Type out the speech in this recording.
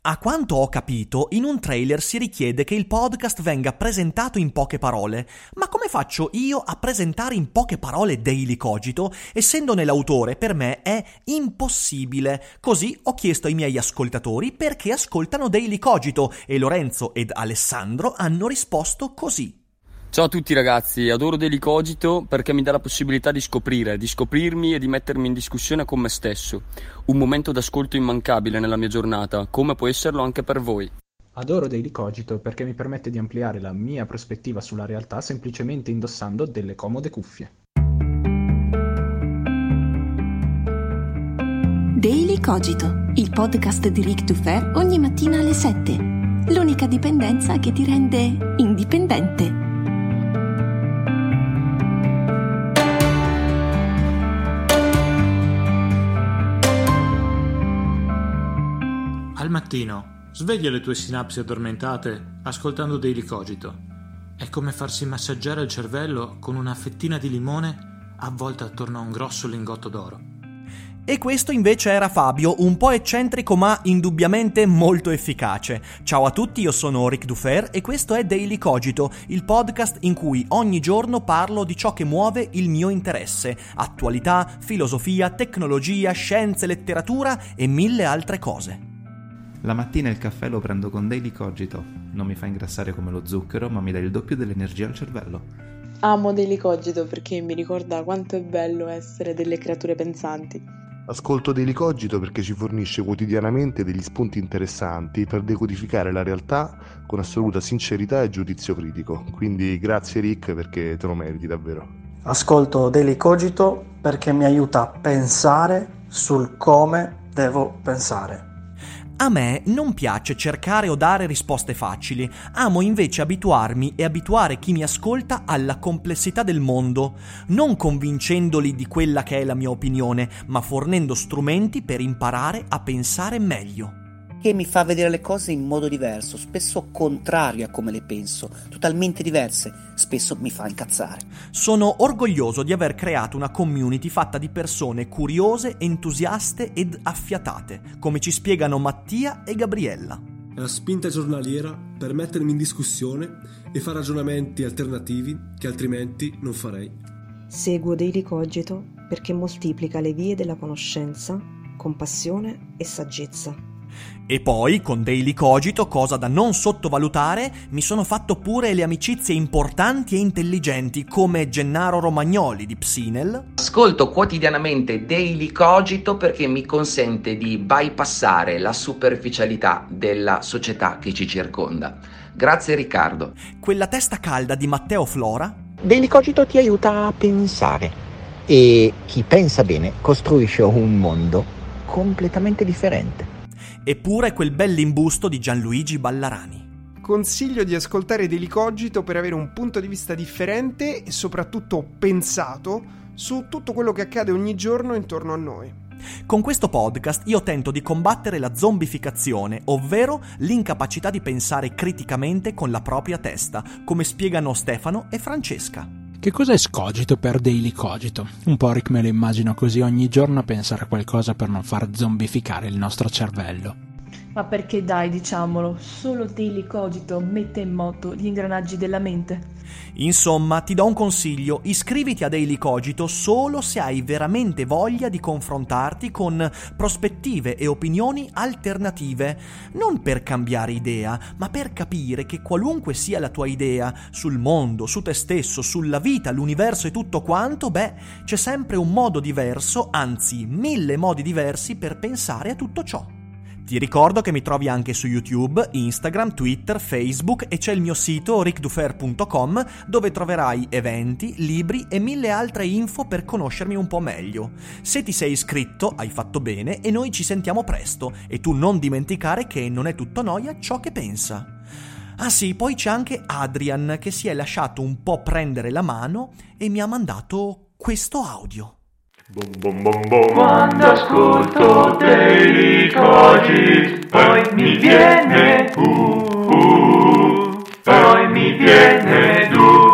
A quanto ho capito, in un trailer si richiede che il podcast venga presentato in poche parole. Ma come faccio io a presentare in poche parole Daily Cogito? Essendone l'autore, per me è impossibile. Così ho chiesto ai miei ascoltatori perché ascoltano Daily Cogito e Lorenzo ed Alessandro hanno risposto così. Ciao a tutti ragazzi, adoro Daily Cogito perché mi dà la possibilità di scoprire, di scoprirmi e di mettermi in discussione con me stesso. Un momento d'ascolto immancabile nella mia giornata, come può esserlo anche per voi. Adoro Daily Cogito perché mi permette di ampliare la mia prospettiva sulla realtà semplicemente indossando delle comode cuffie. Daily Cogito, il podcast di Ric Dufer ogni mattina alle 7. L'unica dipendenza che ti rende indipendente. Al mattino, sveglia le tue sinapsi addormentate ascoltando Daily Cogito. È come farsi massaggiare il cervello con una fettina di limone avvolta attorno a un grosso lingotto d'oro. E questo invece era Fabio, un po' eccentrico ma indubbiamente molto efficace. Ciao a tutti, io sono Ric Dufer e questo è Daily Cogito, il podcast in cui ogni giorno parlo di ciò che muove il mio interesse: attualità, filosofia, tecnologia, scienze, letteratura e mille altre cose. La mattina il caffè lo prendo con Daily Cogito. Non mi fa ingrassare come lo zucchero, ma mi dà il doppio dell'energia al cervello. Amo Daily Cogito perché mi ricorda quanto è bello essere delle creature pensanti. Ascolto Daily Cogito perché ci fornisce quotidianamente degli spunti interessanti per decodificare la realtà con assoluta sincerità e giudizio critico. Quindi grazie Rick, perché te lo meriti davvero. Ascolto Daily Cogito perché mi aiuta a pensare sul come devo pensare. A me non piace cercare o dare risposte facili, amo invece abituarmi e abituare chi mi ascolta alla complessità del mondo, non convincendoli di quella che è la mia opinione, ma fornendo strumenti per imparare a pensare meglio. Che mi fa vedere le cose in modo diverso, spesso contrario a come le penso, totalmente diverse, spesso mi fa incazzare. Sono orgoglioso di aver creato una community fatta di persone curiose, entusiaste ed affiatate, come ci spiegano Mattia e Gabriella. È la spinta giornaliera per mettermi in discussione e fare ragionamenti alternativi che altrimenti non farei. Seguo Daily Cogito perché moltiplica le vie della conoscenza, compassione e saggezza. E poi, con Daily Cogito, cosa da non sottovalutare, mi sono fatto pure le amicizie importanti e intelligenti, come Gennaro Romagnoli di Psinel. Ascolto quotidianamente Daily Cogito perché mi consente di bypassare la superficialità della società che ci circonda. Grazie Riccardo. Quella testa calda di Matteo Flora. Daily Cogito ti aiuta a pensare e chi pensa bene costruisce un mondo completamente differente. Eppure quel bell'imbusto di Gianluigi Ballarani. Consiglio di ascoltare Daily Cogito per avere un punto di vista differente e soprattutto pensato su tutto quello che accade ogni giorno intorno a noi. Con questo podcast io tento di combattere la zombificazione, ovvero l'incapacità di pensare criticamente con la propria testa, come spiegano Stefano e Francesca. Che cos'è Scogito per Daily Cogito? Un po' Rick me lo immagino così ogni giorno a pensare a qualcosa per non far zombificare il nostro cervello. Ma perché dai, diciamolo, solo Daily Cogito mette in moto gli ingranaggi della mente. Insomma, ti do un consiglio: iscriviti a Daily Cogito solo se hai veramente voglia di confrontarti con prospettive e opinioni alternative, non per cambiare idea, ma per capire che qualunque sia la tua idea sul mondo, su te stesso, sulla vita, l'universo e tutto quanto, c'è sempre un modo diverso, anzi 1000 modi diversi per pensare a tutto ciò. Ti ricordo che mi trovi anche su YouTube, Instagram, Twitter, Facebook e c'è il mio sito ricdufer.com dove troverai eventi, libri e 1000 altre info per conoscermi un po' meglio. Se ti sei iscritto, hai fatto bene e noi ci sentiamo presto. E tu non dimenticare che non è tutto noia ciò che pensa. Ah sì, poi c'è anche Adrian che si è lasciato un po' prendere la mano e mi ha mandato questo audio. Quando ascolto Daily Cogito, poi mi viene poi mi viene